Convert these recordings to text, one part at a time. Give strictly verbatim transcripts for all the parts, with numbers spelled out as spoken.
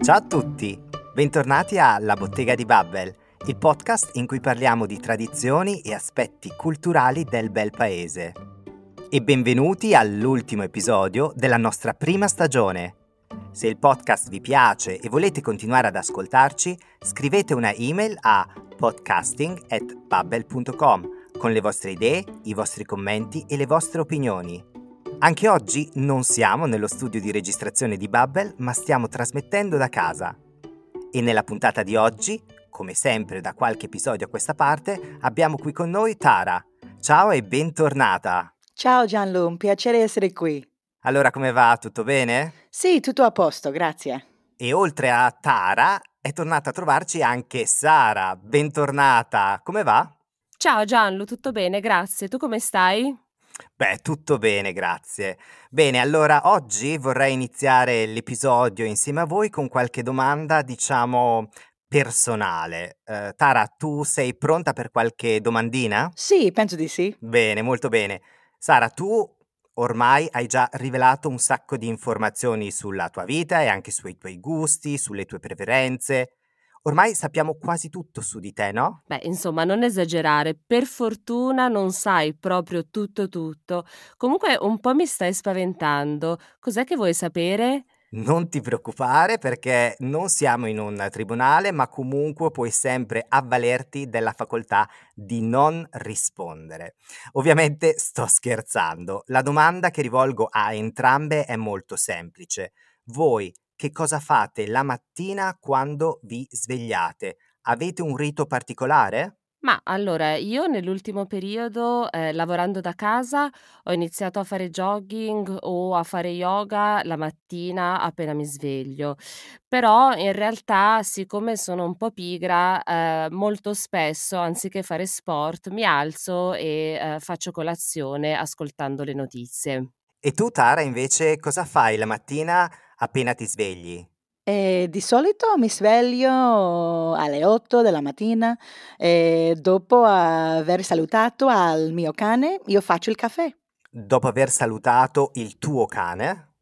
Ciao a tutti, bentornati a La Bottega di Babbel, il podcast in cui parliamo di tradizioni e aspetti culturali del bel paese. E benvenuti all'ultimo episodio della nostra prima stagione. Se il podcast vi piace e volete continuare ad ascoltarci, scrivete una email a podcasting at babbel punto com con le vostre idee, i vostri commenti e le vostre opinioni. Anche oggi non siamo nello studio di registrazione di Babbel, ma stiamo trasmettendo da casa. E nella puntata di oggi, come sempre da qualche episodio a questa parte, abbiamo qui con noi Tara. Ciao e bentornata! Ciao Gianlu, un piacere essere qui. Allora, come va? Tutto bene? Sì, tutto a posto, grazie. E oltre a Tara, è tornata a trovarci anche Sara. Bentornata! Come va? Ciao Gianlu, tutto bene, grazie. Tu come stai? Beh, tutto bene, grazie. Bene, allora oggi vorrei iniziare l'episodio insieme a voi con qualche domanda, diciamo, personale. Eh, Tara, tu sei pronta per qualche domandina? Sì, penso di sì. Bene, molto bene. Sara, tu ormai hai già rivelato un sacco di informazioni sulla tua vita e anche sui tuoi gusti, sulle tue preferenze. Ormai sappiamo quasi tutto su di te, no? Beh, insomma, non esagerare. Per fortuna non sai proprio tutto tutto. Comunque un po' mi stai spaventando. Cos'è che vuoi sapere? Non ti preoccupare perché non siamo in un tribunale, ma comunque puoi sempre avvalerti della facoltà di non rispondere. Ovviamente sto scherzando. La domanda che rivolgo a entrambe è molto semplice. Voi che cosa fate la mattina quando vi svegliate? Avete un rito particolare? Ma allora, io nell'ultimo periodo, eh, lavorando da casa, ho iniziato a fare jogging o a fare yoga la mattina appena mi sveglio. Però in realtà, siccome sono un po' pigra, eh, molto spesso, anziché fare sport, mi alzo e eh, faccio colazione ascoltando le notizie. E tu, Tara, invece cosa fai la mattina appena ti svegli? E di solito mi sveglio alle otto della mattina e dopo aver salutato al mio cane, io faccio il caffè. Dopo aver salutato il tuo cane?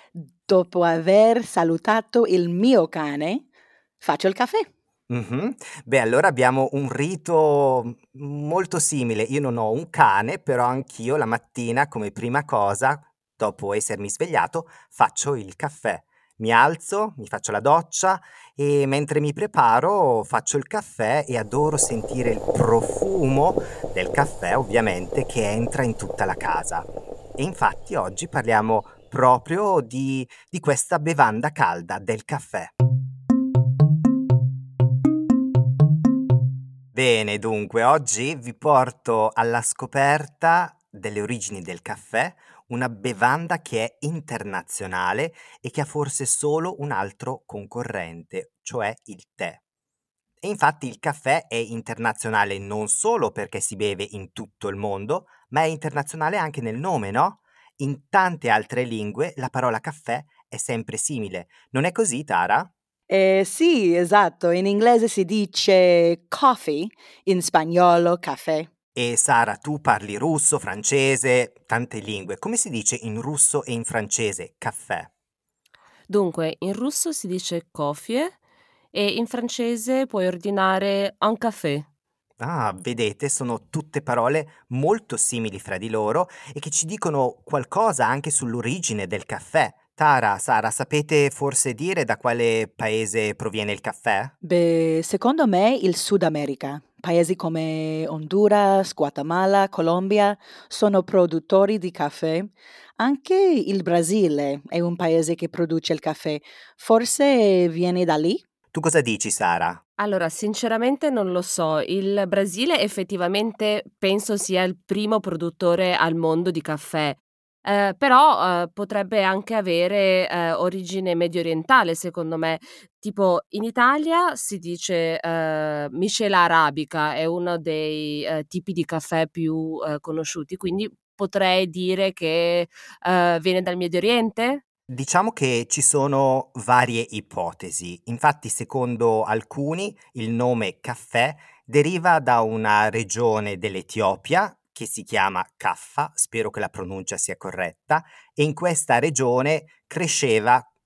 Dopo aver salutato il mio cane, faccio il caffè. Mh-mh. Beh, allora abbiamo un rito molto simile. Io non ho un cane, però anch'io la mattina come prima cosa, dopo essermi svegliato, faccio il caffè. Mi alzo, mi faccio la doccia e mentre mi preparo faccio il caffè e adoro sentire il profumo del caffè, ovviamente, che entra in tutta la casa. E infatti oggi parliamo proprio di di questa bevanda calda, del caffè. Bene, dunque, oggi vi porto alla scoperta delle origini del caffè, una bevanda che è internazionale e che ha forse solo un altro concorrente, cioè il tè. E infatti il caffè è internazionale non solo perché si beve in tutto il mondo, ma è internazionale anche nel nome, no? In tante altre lingue la parola caffè è sempre simile. Non è così, Tara? Eh, sì, esatto, in inglese si dice coffee, in spagnolo caffè. E Sara, tu parli russo, francese, tante lingue. Come si dice in russo e in francese caffè? Dunque, in russo si dice coffee e in francese puoi ordinare un café. Ah, vedete, sono tutte parole molto simili fra di loro e che ci dicono qualcosa anche sull'origine del caffè. Tara, Sara, sapete forse dire da quale paese proviene il caffè? Beh, secondo me il Sud America. Paesi come Honduras, Guatemala, Colombia sono produttori di caffè. Anche il Brasile è un paese che produce il caffè. Forse viene da lì? Tu cosa dici, Sara? Allora, sinceramente non lo so. Il Brasile effettivamente penso sia il primo produttore al mondo di caffè. Eh, però eh, potrebbe anche avere eh, origine mediorientale, secondo me. Tipo, in Italia si dice eh, miscela arabica, è uno dei eh, tipi di caffè più eh, conosciuti, quindi potrei dire che eh, viene dal Medio Oriente? Diciamo che ci sono varie ipotesi. Infatti, secondo alcuni, il nome caffè deriva da una regione dell'Etiopia che si chiama Kaffa, spero che la pronuncia sia corretta, e in questa regione cresceva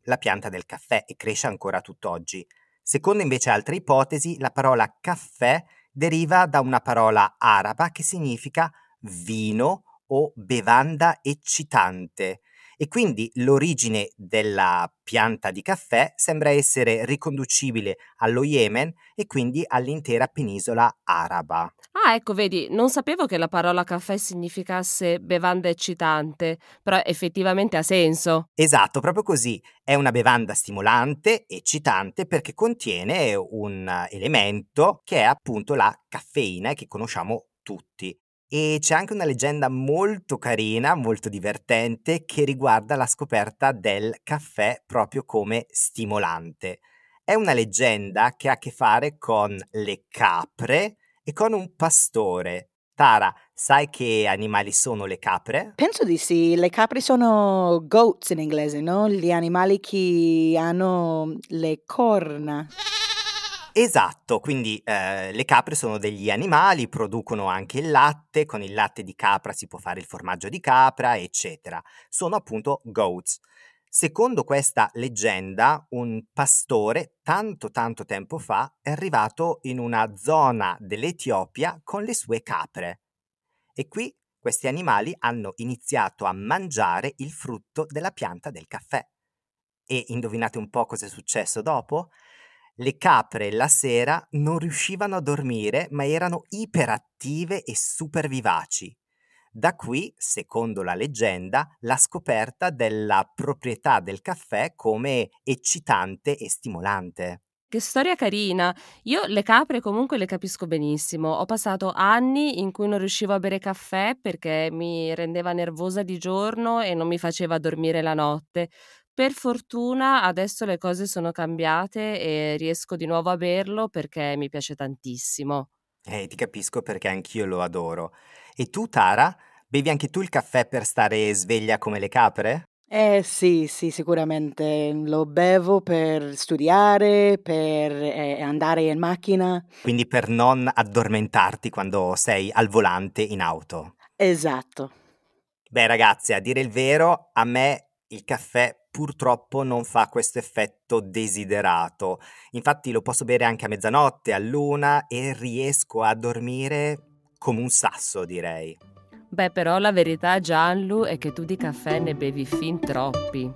la pianta del caffè e cresce ancora tutt'oggi. Secondo invece altre ipotesi, la parola caffè deriva da una parola araba che significa vino o bevanda eccitante e quindi l'origine della pianta di caffè sembra essere riconducibile allo Yemen e quindi all'intera penisola araba. Ah, ecco, vedi, non sapevo che la parola caffè significasse bevanda eccitante, però effettivamente ha senso. Esatto, proprio così. È una bevanda stimolante, eccitante, perché contiene un eh, elemento che è appunto la caffeina che conosciamo tutti. E c'è anche una leggenda molto carina, molto divertente, che riguarda la scoperta del caffè proprio come stimolante. È una leggenda che ha a che fare con le capre e con un pastore. Tara, sai che animali sono le capre? Penso di sì, le capre sono goats in inglese, no? Gli animali che hanno le corna. Esatto, quindi, ehm, le capre sono degli animali, producono anche il latte, con il latte di capra si può fare il formaggio di capra, eccetera. Sono appunto goats. Secondo questa leggenda, un pastore tanto, tanto tempo fa è arrivato in una zona dell'Etiopia con le sue capre e qui questi animali hanno iniziato a mangiare il frutto della pianta del caffè. E indovinate un po' cosa è successo dopo? Le capre la sera non riuscivano a dormire, ma erano iperattive e super vivaci. Da qui, secondo la leggenda, la scoperta della proprietà del caffè come eccitante e stimolante. Che storia carina! Io le capre comunque le capisco benissimo. Ho passato anni in cui non riuscivo a bere caffè perché mi rendeva nervosa di giorno e non mi faceva dormire la notte. Per fortuna adesso le cose sono cambiate e riesco di nuovo a berlo perché mi piace tantissimo. Eh, ti capisco perché anch'io lo adoro. E tu, Tara, bevi anche tu il caffè per stare sveglia come le capre? Eh sì, sì, sicuramente lo bevo per studiare, per eh, andare in macchina. Quindi per non addormentarti quando sei al volante in auto. Esatto. Beh, ragazzi, a dire il vero, a me il caffè purtroppo non fa questo effetto desiderato. Infatti lo posso bere anche a mezzanotte, all'una e riesco a dormire come un sasso, direi. Beh, però la verità, Gianlu, è che tu di caffè ne bevi fin troppi.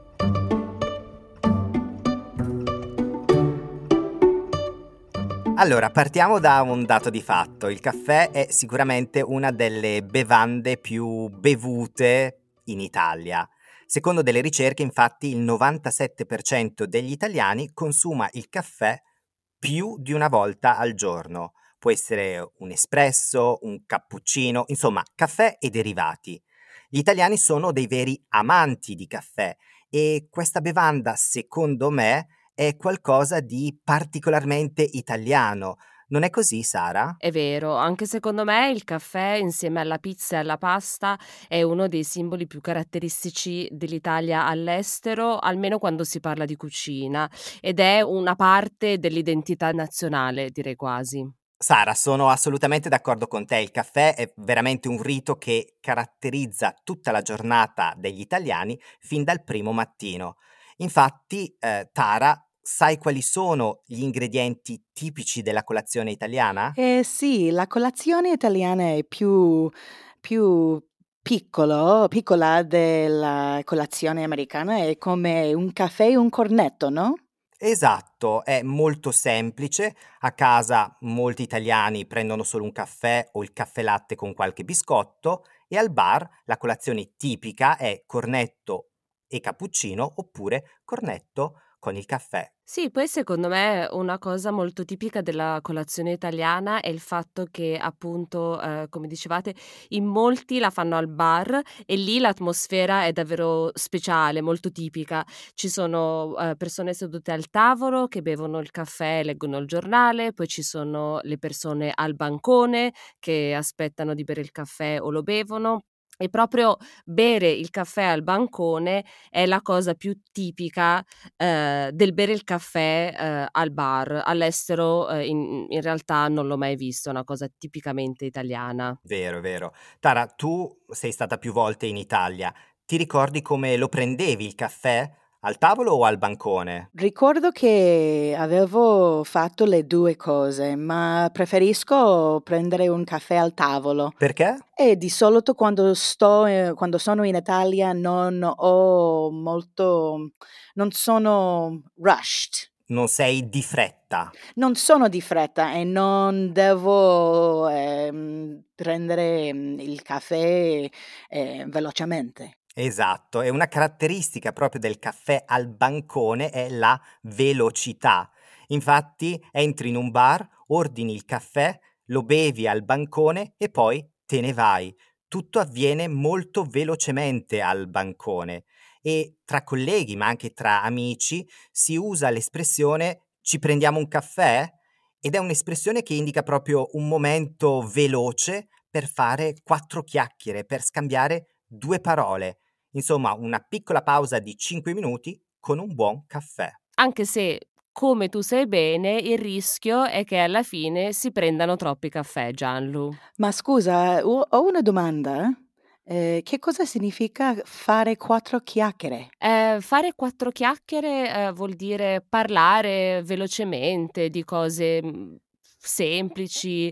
Allora, partiamo da un dato di fatto. Il caffè è sicuramente una delle bevande più bevute in Italia. Secondo delle ricerche, infatti, il novantasette per cento degli italiani consuma il caffè più di una volta al giorno. Può essere un espresso, un cappuccino, insomma, caffè e derivati. Gli italiani sono dei veri amanti di caffè e questa bevanda, secondo me, è qualcosa di particolarmente italiano. Non è così, Sara? È vero, anche secondo me il caffè insieme alla pizza e alla pasta è uno dei simboli più caratteristici dell'Italia all'estero, almeno quando si parla di cucina, ed è una parte dell'identità nazionale, direi quasi. Sara, sono assolutamente d'accordo con te. Il caffè è veramente un rito che caratterizza tutta la giornata degli italiani fin dal primo mattino. Infatti, eh, Tara, sai quali sono gli ingredienti tipici della colazione italiana? Eh sì, la colazione italiana è più più piccolo piccola della colazione americana, è come un caffè e un cornetto, no? Esatto, è molto semplice. A casa molti italiani prendono solo un caffè o il caffè latte con qualche biscotto e al bar la colazione tipica è cornetto e cappuccino oppure cornetto con il caffè. Sì, poi secondo me una cosa molto tipica della colazione italiana è il fatto che appunto, ehm, come dicevate, in molti la fanno al bar e lì l'atmosfera è davvero speciale, molto tipica. Ci sono, ehm, persone sedute al tavolo che bevono il caffè e leggono il giornale, poi ci sono le persone al bancone che aspettano di bere il caffè o lo bevono. E proprio bere il caffè al bancone è la cosa più tipica ehm, del bere il caffè, ehm, al bar. All'estero, ehm, in in realtà non l'ho mai visto, è una cosa tipicamente italiana. Vero, vero. Tara, tu sei stata più volte in Italia. Ti ricordi come lo prendevi il caffè Al tavolo o al bancone? Ricordo che avevo fatto le due cose, ma preferisco prendere un caffè al tavolo. Perché? E di solito quando sto, ehm, quando sono in Italia non ho molto non sono rushed. Non sei di fretta. Non sono di fretta e non devo, ehm, prendere, mhmm, il caffè, ehm, velocemente. Esatto, e una caratteristica proprio del caffè al bancone è la velocità. Infatti entri in un bar, ordini il caffè, lo bevi al bancone e poi te ne vai. Tutto avviene molto velocemente al bancone e tra colleghi, ma anche tra amici, si usa l'espressione ci prendiamo un caffè? Ed è un'espressione che indica proprio un momento veloce per fare quattro chiacchiere, per scambiare due parole. Insomma, una piccola pausa di cinque minuti con un buon caffè. Anche se, come tu sai bene, il rischio è che alla fine si prendano troppi caffè, Gianlu. Ma scusa, ho ho una domanda. Ehm, che cosa significa fare quattro chiacchiere? Ehm, fare quattro chiacchiere, ehm, vuol dire parlare velocemente di cose, mhmm, semplici,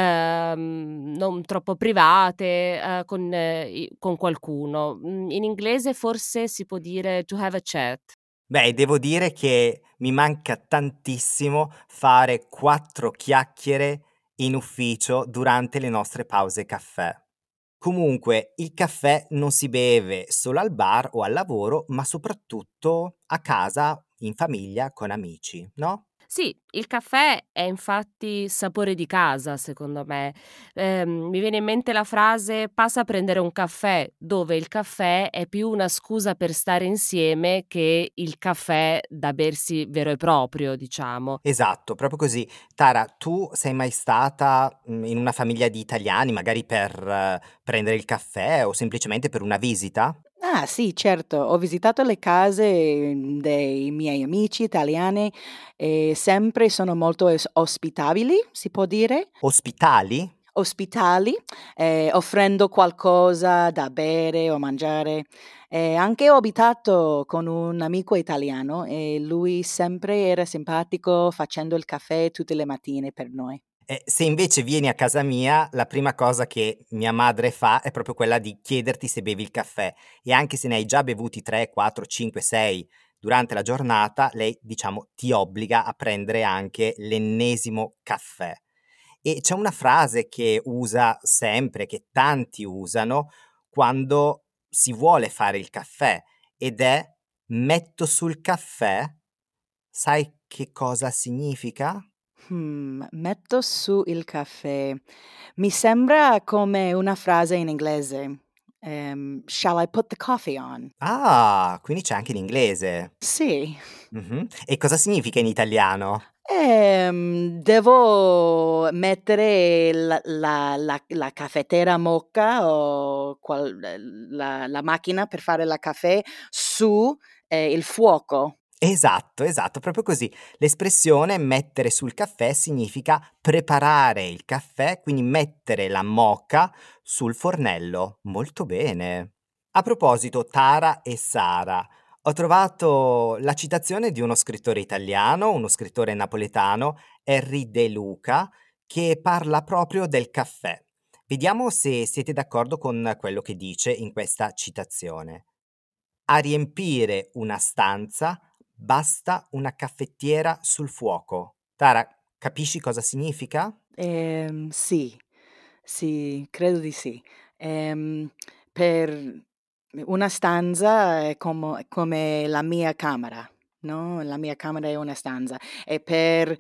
ehm, non troppo private, ehm, con eh, i con qualcuno. Mhmm, in inglese forse si può dire to have a chat. Beh, devo dire che mi manca tantissimo fare quattro chiacchiere in ufficio durante le nostre pause caffè. Comunque, il caffè non si beve solo al bar o al lavoro, ma soprattutto a casa, in famiglia, con amici, no? Sì, il caffè è infatti sapore di casa, secondo me. Ehm, mi viene in mente la frase passa a prendere un caffè, dove il caffè è più una scusa per stare insieme che il caffè da bersi vero e proprio, diciamo. Esatto, proprio così. Tara, tu sei mai stata, mhmm, in una famiglia di italiani, magari per eh, prendere il caffè o semplicemente per una visita? Ah sì, certo, ho visitato le case, mhmm, dei miei amici italiani e sempre sono molto es ospitabili, si può dire? Ospitali? Ospitali, ehm, offrendo qualcosa da bere o mangiare. E anche ho abitato con un amico italiano e lui sempre era simpatico facendo il caffè tutte le mattine per noi. E se invece vieni a casa mia, la prima cosa che mia madre fa è proprio quella di chiederti se bevi il caffè e anche se ne hai già bevuti tre, quattro, cinque, sei durante la giornata, lei, diciamo, ti obbliga a prendere anche l'ennesimo caffè. E c'è una frase che usa sempre, che tanti usano quando si vuole fare il caffè ed è metto sul caffè. Sai che cosa significa? Mhmm, metto su il caffè. Mi sembra come una frase in inglese. Ehm, "Shall I put the coffee on?" Ah, quindi c'è anche in inglese. Sì. Mh-mh. E cosa significa in italiano? Ehm, devo mettere la la la la caffettiera moka o qual la la macchina per fare la caffè su, ehm, il fuoco. Esatto, esatto, proprio così. L'espressione mettere sul caffè significa preparare il caffè, quindi mettere la moka sul fornello. Molto bene. A proposito, Tara e Sara, ho trovato la citazione di uno scrittore italiano, uno scrittore napoletano, Henri De Luca, che parla proprio del caffè. Vediamo se siete d'accordo con quello che dice in questa citazione. A riempire una stanza basta una caffettiera sul fuoco. Tara, capisci cosa significa? Ehm, sì, sì, credo di sì. Ehm, per una stanza è como è come la mia camera, no, la mia camera è una stanza e per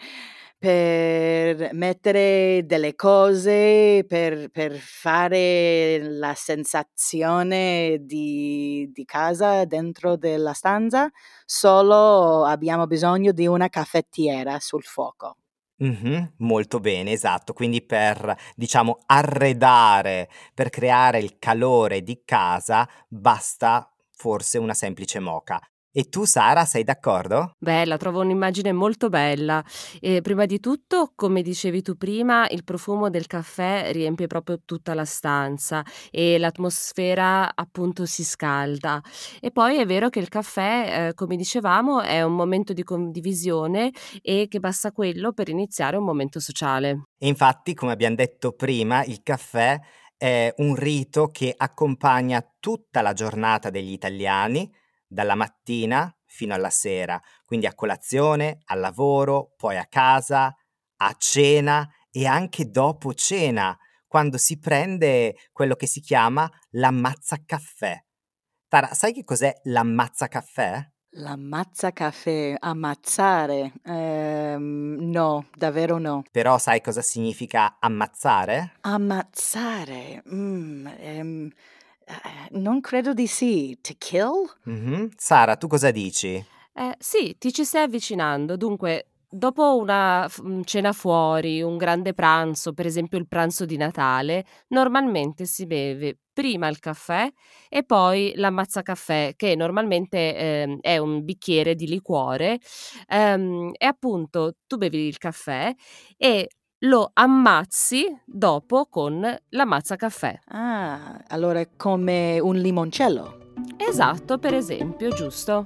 per mettere delle cose, per per fare la sensazione di di casa dentro della stanza, solo abbiamo bisogno di una caffettiera sul fuoco. Mh-mh, molto bene, esatto. Quindi per, diciamo, arredare, per creare il calore di casa basta forse una semplice moka. E tu, Sara, sei d'accordo? Beh, la trovo un'immagine molto bella. E prima di tutto, come dicevi tu prima, il profumo del caffè riempie proprio tutta la stanza e l'atmosfera appunto si scalda. E poi è vero che il caffè, eh, come dicevamo, è un momento di condivisione e che basta quello per iniziare un momento sociale. E infatti, come abbiamo detto prima, il caffè è un rito che accompagna tutta la giornata degli italiani, dalla mattina fino alla sera, quindi a colazione, al lavoro, poi a casa, a cena e anche dopo cena, quando si prende quello che si chiama l'ammazzacaffè. Tara, sai che cos'è l'ammazzacaffè? L'ammazzacaffè, ammazzare, ehm, no, davvero no. Però sai cosa significa ammazzare? Ammazzare, mhmm, ehm, eh, non credo di sì. To kill? Mhm. Sara, tu cosa dici? Eh, sì, ti ci stai avvicinando. Dunque, dopo una f- mm, cena fuori, un grande pranzo, per esempio il pranzo di Natale, normalmente si beve prima il caffè e poi l'ammazzacaffè, che normalmente ehm, è un bicchiere di liquore. Ehm, e appunto tu bevi il caffè e lo ammazzi dopo con l'ammazzacaffè. Ah, allora è come un limoncello. Esatto, per esempio, giusto?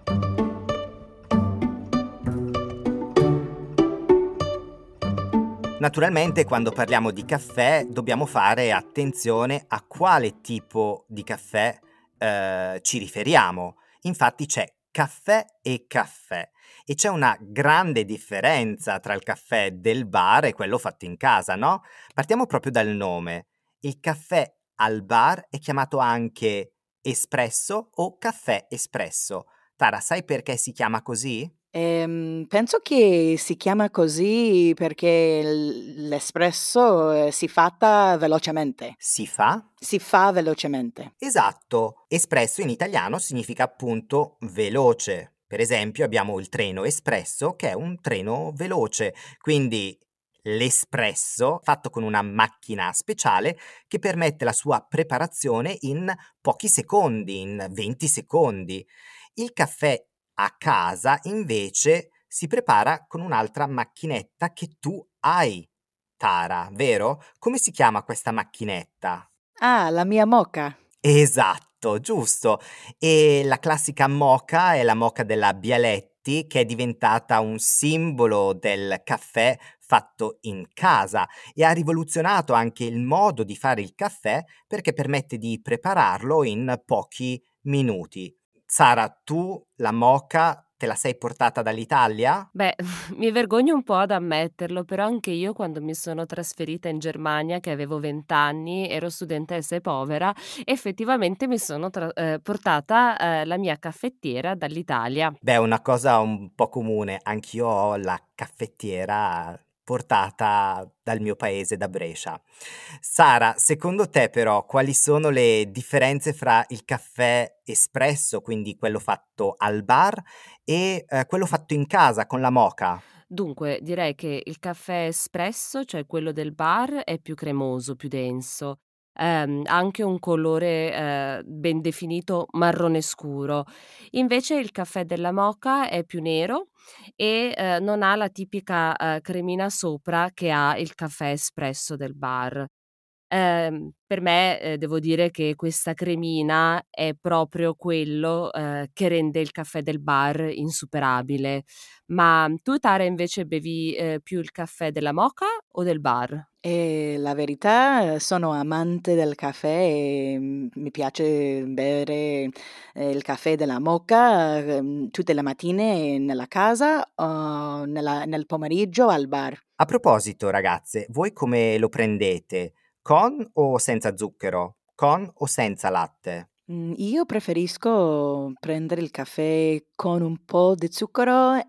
Naturalmente quando parliamo di caffè dobbiamo fare attenzione a quale tipo di caffè eh, ci riferiamo. Infatti c'è caffè e caffè e c'è una grande differenza tra il caffè del bar e quello fatto in casa, no? Partiamo proprio dal nome. Il caffè al bar è chiamato anche espresso o caffè espresso. Tara, sai perché si chiama così? Ehm, penso che si chiama così perché l l'espresso, ehm, si fatta velocemente. Si fa? Si fa velocemente. Esatto, espresso in italiano significa appunto veloce. Per esempio abbiamo il treno espresso che è un treno veloce, quindi l'espresso fatto con una macchina speciale che permette la sua preparazione in pochi secondi, in venti secondi. Il caffè a casa invece si prepara con un'altra macchinetta che tu hai, Tara, vero? Come si chiama questa macchinetta? Ah, la mia moka. Esatto, giusto. E la classica moka è la moka della Bialetti, che è diventata un simbolo del caffè fatto in casa e ha rivoluzionato anche il modo di fare il caffè perché permette di prepararlo in pochi minuti. Sara, tu la moka te la sei portata dall'Italia? Beh, mi vergogno un po' ad ammetterlo, però anche io quando mi sono trasferita in Germania, che avevo venti anni, ero studentessa e povera, effettivamente mi sono tra- eh, portata eh, la mia caffettiera dall'Italia. Beh, è una cosa un po' comune, anch'io ho la caffettiera portata dal mio paese, da Brescia. Sara, secondo te però quali sono le differenze fra il caffè espresso, quindi quello fatto al bar, e eh, quello fatto in casa con la moka? Dunque, direi che il caffè espresso, cioè quello del bar, è più cremoso, più denso. Ehm, ha anche un colore eh, ben definito marrone scuro. Invece il caffè della moka è più nero e eh, non ha la tipica eh, cremina sopra che ha il caffè espresso del bar. Ehm, per me, ehm, devo dire che questa cremina è proprio quello, ehm, che rende il caffè del bar insuperabile. Ma tu Tara invece bevi, ehm, più il caffè della moka o del bar? E la verità, sono amante del caffè e, mhmm, mi piace bere, ehm, il caffè della moka, ehm, tutte le mattine nella casa o nella nel pomeriggio al bar. A proposito, ragazze, voi come lo prendete? Con o senza zucchero? Con o senza latte? Mhmm, io preferisco prendere il caffè con un po' di zucchero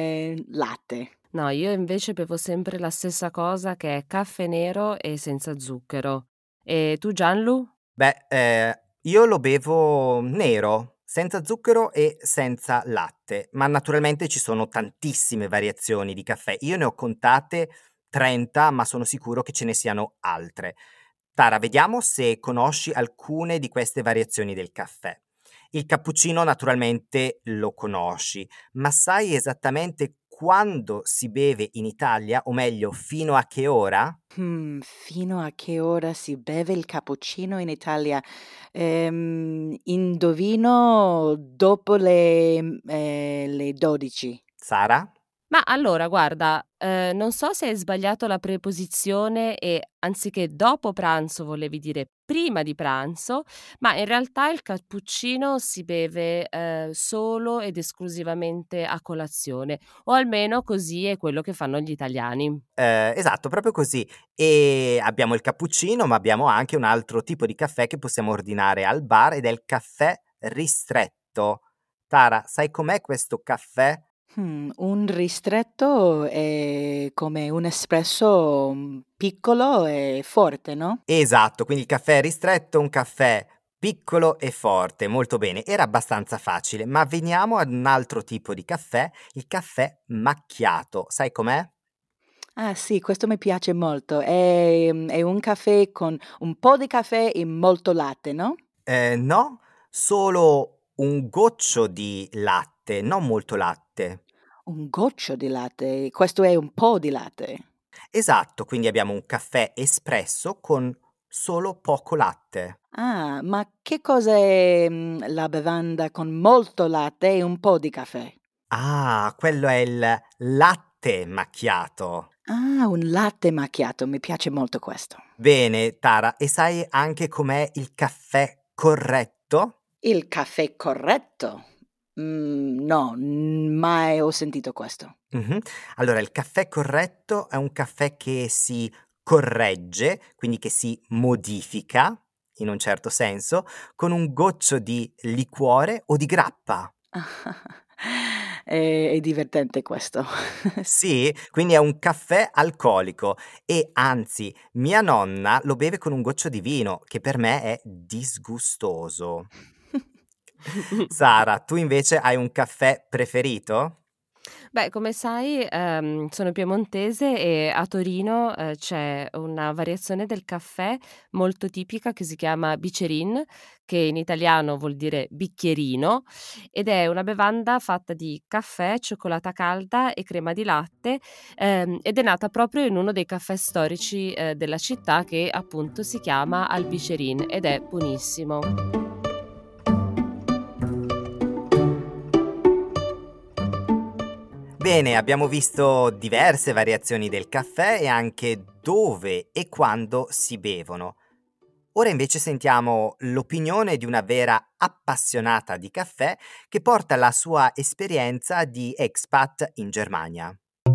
e latte. No, io invece bevo sempre la stessa cosa che è caffè nero e senza zucchero. E tu Gianlu? Beh, ehm, io lo bevo nero, senza zucchero e senza latte, ma naturalmente ci sono tantissime variazioni di caffè. Io ne ho contate trenta, ma sono sicuro che ce ne siano altre. Tara, vediamo se conosci alcune di queste variazioni del caffè. Il cappuccino naturalmente lo conosci, ma sai esattamente quando si beve in Italia, o meglio, fino a che ora? Mhmm, fino a che ora si beve il cappuccino in Italia? Ehm, indovino dopo le mhmm, ehm, le dodici. Sara? Ma allora guarda, ehm, non so se hai sbagliato la preposizione e anziché dopo pranzo volevi dire prima di pranzo, ma in realtà il cappuccino si beve, ehm, solo ed esclusivamente a colazione, o almeno così è quello che fanno gli italiani. Ehm, esatto, proprio così. E abbiamo il cappuccino, ma abbiamo anche un altro tipo di caffè che possiamo ordinare al bar ed è il caffè ristretto. Tara, sai com'è questo caffè? Mh, un ristretto è come un espresso, mhmm, piccolo e forte, no? Esatto, quindi il caffè ristretto, un caffè piccolo e forte, molto bene, era abbastanza facile, ma veniamo ad un altro tipo di caffè, il caffè macchiato. Sai com'è? Ah sì, questo mi piace molto. È mhmm, è un caffè con un po' di caffè e molto latte, no? Ehm, no, solo un goccio di latte, non molto latte. Un goccio di latte, questo è un po' di latte. Esatto, quindi abbiamo un caffè espresso con solo poco latte. Ah, ma che cos'è, mhmm, la bevanda con molto latte e un po' di caffè? Ah, quello è il latte macchiato. Ah, un latte macchiato, mi piace molto questo. Bene, Tara, e sai anche com'è il caffè corretto? Il caffè corretto? Mhmm, no, n mai ho sentito questo. Mh-mh. Allora, il caffè corretto è un caffè che si corregge, quindi che si modifica, in un certo senso, con un goccio di liquore o di grappa. È è divertente questo. Sì, quindi è un caffè alcolico e anzi, mia nonna lo beve con un goccio di vino, che per me è disgustoso. Sara, tu invece hai un caffè preferito? Beh, come sai, ehm, sono piemontese e a Torino, ehm, c'è una variazione del caffè molto tipica che si chiama Bicerin, che in italiano vuol dire bicchierino, ed è una bevanda fatta di caffè, cioccolata calda e crema di latte, ehm, ed è nata proprio in uno dei caffè storici, ehm, della città che appunto si chiama Al Bicerin ed è buonissimo. Bene, abbiamo visto diverse variazioni del caffè e anche dove e quando si bevono. Ora invece sentiamo l'opinione di una vera appassionata di caffè che porta la sua esperienza di expat in Germania.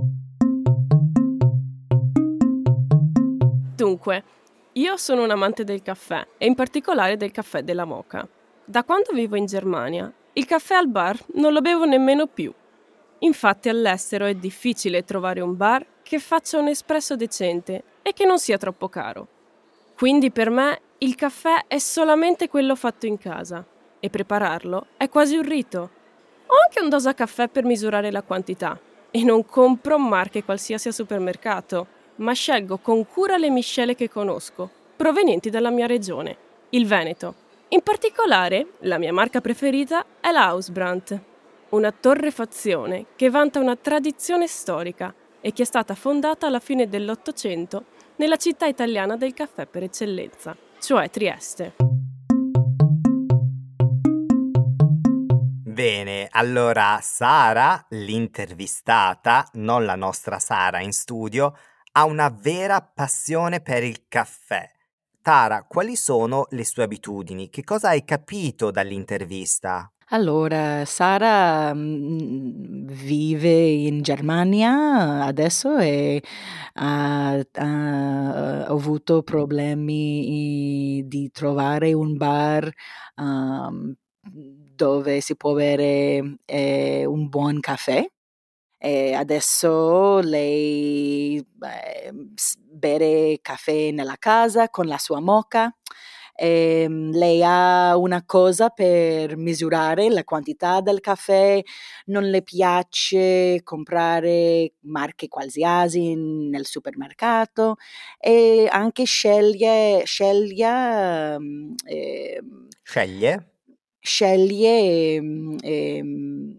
Dunque, io sono un amante del caffè e in particolare del caffè della moka. Da quando vivo in Germania, il caffè al bar non lo bevo nemmeno più. Infatti all'estero è difficile trovare un bar che faccia un espresso decente e che non sia troppo caro. Quindi per me il caffè è solamente quello fatto in casa e prepararlo è quasi un rito. Ho anche un dosacaffè per misurare la quantità e non compro marche qualsiasi al supermercato, ma scelgo con cura le miscele che conosco, provenienti dalla mia regione, il Veneto. In particolare, la mia marca preferita è la Hausbrandt, una torrefazione che vanta una tradizione storica e che è stata fondata alla fine dell'Ottocento nella città italiana del caffè per eccellenza, cioè Trieste. Bene, allora Sara, l'intervistata, non la nostra Sara in studio, ha una vera passione per il caffè. Tara, quali sono le sue abitudini? Che cosa hai capito dall'intervista? Allora, Sara, mhmm, vive in Germania adesso e ha ha avuto problemi i di trovare un bar, uhm, dove si può bere, ehm, un buon caffè. E adesso lei, ehm, s bere caffè nella casa con la sua moka. Ehm, lei ha una cosa per misurare la quantità del caffè, non le piace comprare marche qualsiasi nel supermercato e anche sceglie sceglie, mhmm, ehm Sceglie? sceglie ehm, ehm,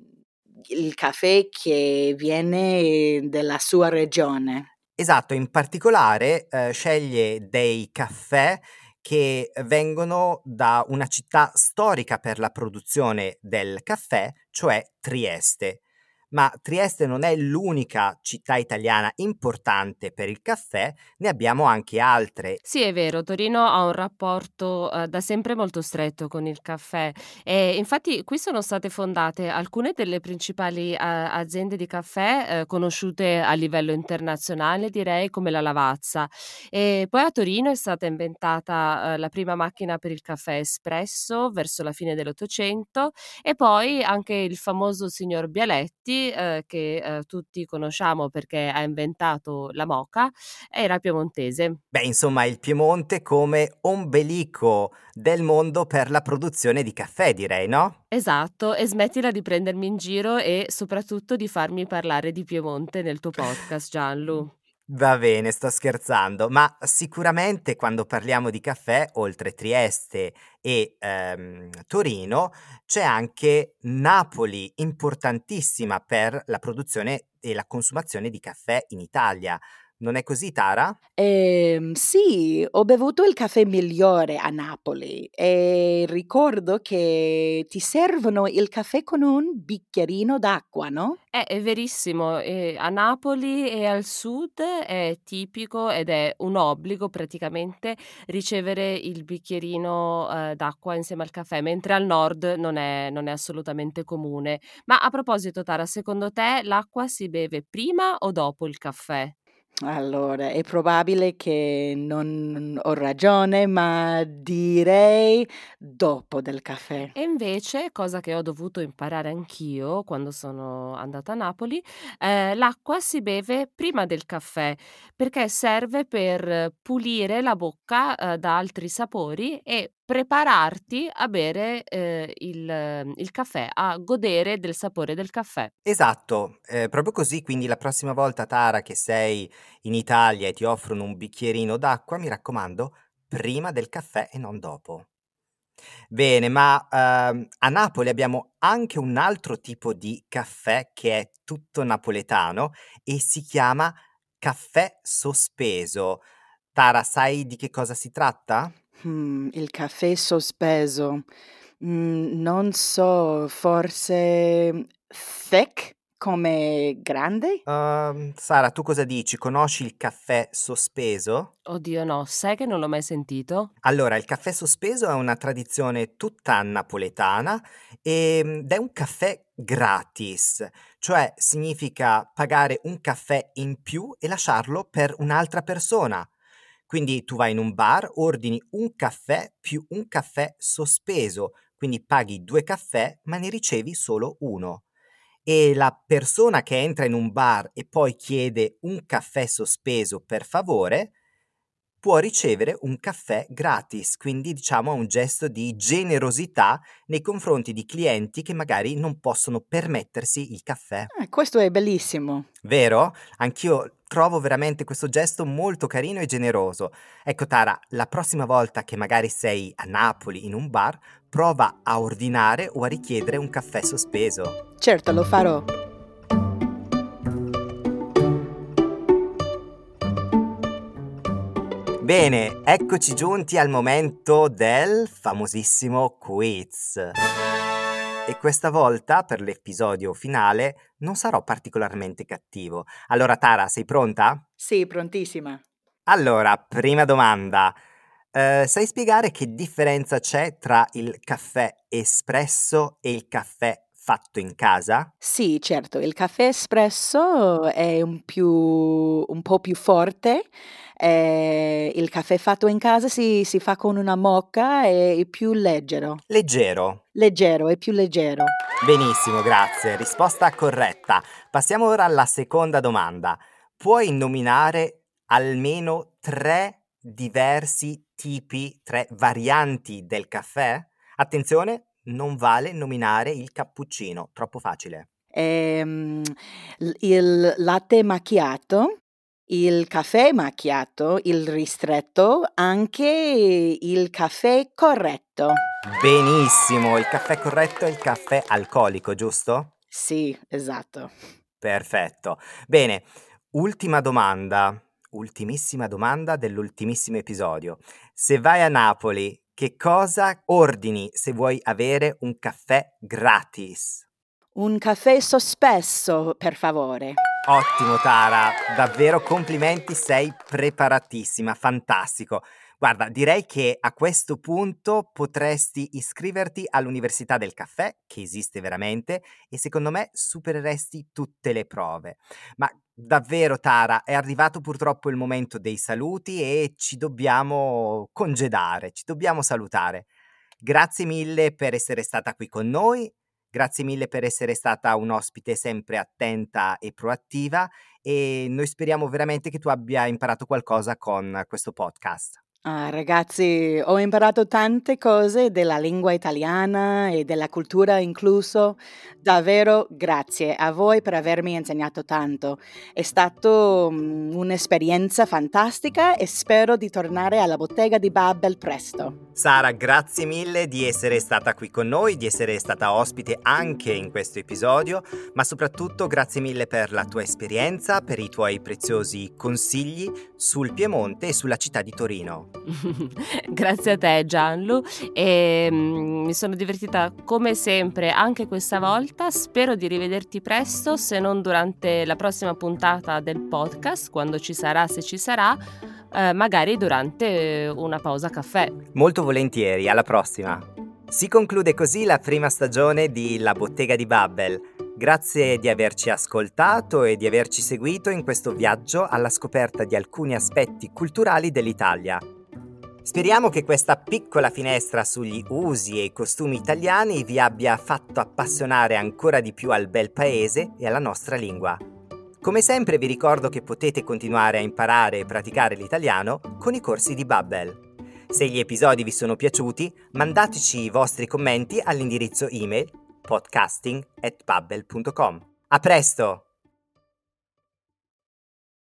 il caffè che viene dalla sua regione. Esatto, in particolare, ehm, sceglie dei caffè che vengono da una città storica per la produzione del caffè, cioè Trieste. Ma Trieste non è l'unica città italiana importante per il caffè, ne abbiamo anche altre. Sì, è vero, Torino ha un rapporto, uhm, da sempre molto stretto con il caffè e infatti qui sono state fondate alcune delle principali a aziende di caffè, ehm, conosciute a livello internazionale direi, come la Lavazza. E poi a Torino è stata inventata, uhm, la prima macchina per il caffè espresso verso la fine dell'Ottocento e poi anche il famoso signor Bialetti, uhm, che, uhm, tutti conosciamo perché ha inventato la moka, era piemontese. Beh, insomma, il Piemonte come ombelico del mondo per la produzione di caffè, direi, no? Esatto, e smettila di prendermi in giro e soprattutto di farmi parlare di Piemonte nel tuo podcast, Gianlu. Va bene, sto scherzando, ma sicuramente quando parliamo di caffè, oltre Trieste e ehm, Torino, c'è anche Napoli, importantissima per la produzione e la consumazione di caffè in Italia. Non è così, Tara? Ehm, sì, ho bevuto il caffè migliore a Napoli e ricordo che ti servono il caffè con un bicchierino d'acqua, no? Eh, è verissimo, ehm, a Napoli e al sud è tipico ed è un obbligo praticamente ricevere il bicchierino, ehm, d'acqua insieme al caffè, mentre al nord non è non è assolutamente comune. Ma a proposito Tara, secondo te l'acqua si beve prima o dopo il caffè? Allora, è probabile che non ho ragione, ma direi dopo del caffè. E invece, cosa che ho dovuto imparare anch'io quando sono andata a Napoli, ehm, l'acqua si beve prima del caffè, perché serve per pulire la bocca, uhm, da altri sapori e prepararti a bere, ehm, il il caffè, a godere del sapore del caffè. Esatto, ehm, proprio così, quindi la prossima volta, Tara, che sei in Italia e ti offrono un bicchierino d'acqua, mi raccomando, prima del caffè e non dopo. Bene, ma, uhm, a Napoli abbiamo anche un altro tipo di caffè che è tutto napoletano e si chiama caffè sospeso. Tara, sai di che cosa si tratta? Mhmm, il caffè sospeso. Mhmm, non so, forse thick come grande? Uhm, Sara, tu cosa dici? Conosci il caffè sospeso? Oddio no, sai che non l'ho mai sentito? Allora, il caffè sospeso è una tradizione tutta napoletana, ehm, ed è un caffè gratis, cioè significa pagare un caffè in più e lasciarlo per un'altra persona. Quindi tu vai in un bar, ordini un caffè più un caffè sospeso, quindi paghi due caffè, ma ne ricevi solo uno. E la persona che entra in un bar e poi chiede un caffè sospeso per favore, può ricevere un caffè gratis, quindi diciamo è un gesto di generosità nei confronti di clienti che magari non possono permettersi il caffè. Ah, questo è bellissimo. Vero? Anch'io trovo veramente questo gesto molto carino e generoso. Ecco Tara, la prossima volta che magari sei a Napoli in un bar, prova a ordinare o a richiedere un caffè sospeso. Certo, lo farò. Bene, eccoci giunti al momento del famosissimo quiz. E questa volta, per l'episodio finale, non sarò particolarmente cattivo. Allora, Tara, sei pronta? Sì, prontissima. Allora, prima domanda. Eh, sai spiegare che differenza c'è tra il caffè espresso e il caffè fatto in casa? Sì, certo, il caffè espresso è un più un po' più forte, ehm, il caffè fatto in casa si si fa con una moka e è più leggero. Leggero. Leggero, è più leggero. Benissimo, grazie. Risposta corretta. Passiamo ora alla seconda domanda. Puoi nominare almeno tre diversi tipi, tre varianti del caffè? Attenzione, non vale nominare il cappuccino, troppo facile. Ehm, l il latte macchiato, Il caffè macchiato, il ristretto, anche il caffè corretto. Benissimo, il caffè corretto è il caffè alcolico, giusto? Sì, esatto. Perfetto. Bene, ultima domanda, ultimissima domanda dell'ultimissimo episodio. Se vai a Napoli, che cosa ordini se vuoi avere un caffè gratis? Un caffè sospeso, per favore. Ottimo Tara, davvero complimenti, sei preparatissima, fantastico. Guarda, direi che a questo punto potresti iscriverti all'Università del Caffè, che esiste veramente, e secondo me supereresti tutte le prove. Ma davvero Tara, è arrivato purtroppo il momento dei saluti e ci dobbiamo congedare, ci dobbiamo salutare. Grazie mille per essere stata qui con noi. Grazie mille per essere stata un ospite sempre attenta e proattiva e noi speriamo veramente che tu abbia imparato qualcosa con questo podcast. Ah, ragazzi, ho imparato tante cose della lingua italiana e della cultura incluso. Davvero grazie a voi per avermi insegnato tanto. È stato mm, un'esperienza fantastica e spero di tornare alla bottega di Babbel presto. Sara, grazie mille di essere stata qui con noi, di essere stata ospite anche in questo episodio, ma soprattutto grazie mille per la tua esperienza, per i tuoi preziosi consigli sul Piemonte e sulla città di Torino. Grazie a te Gianlu e mm, mi sono divertita come sempre anche questa volta, spero di rivederti presto, se non durante la prossima puntata del podcast, quando ci sarà, se ci sarà, eh, magari durante una pausa caffè. Molto volentieri, alla prossima! Si conclude così la prima stagione di La Bottega di Babbel. Grazie di averci ascoltato e di averci seguito in questo viaggio alla scoperta di alcuni aspetti culturali dell'Italia. Speriamo che questa piccola finestra sugli usi e i costumi italiani vi abbia fatto appassionare ancora di più al bel paese e alla nostra lingua. Come sempre vi ricordo che potete continuare a imparare e praticare l'italiano con i corsi di Babbel. Se gli episodi vi sono piaciuti, mandateci i vostri commenti all'indirizzo email podcasting at babbel punto com. A presto!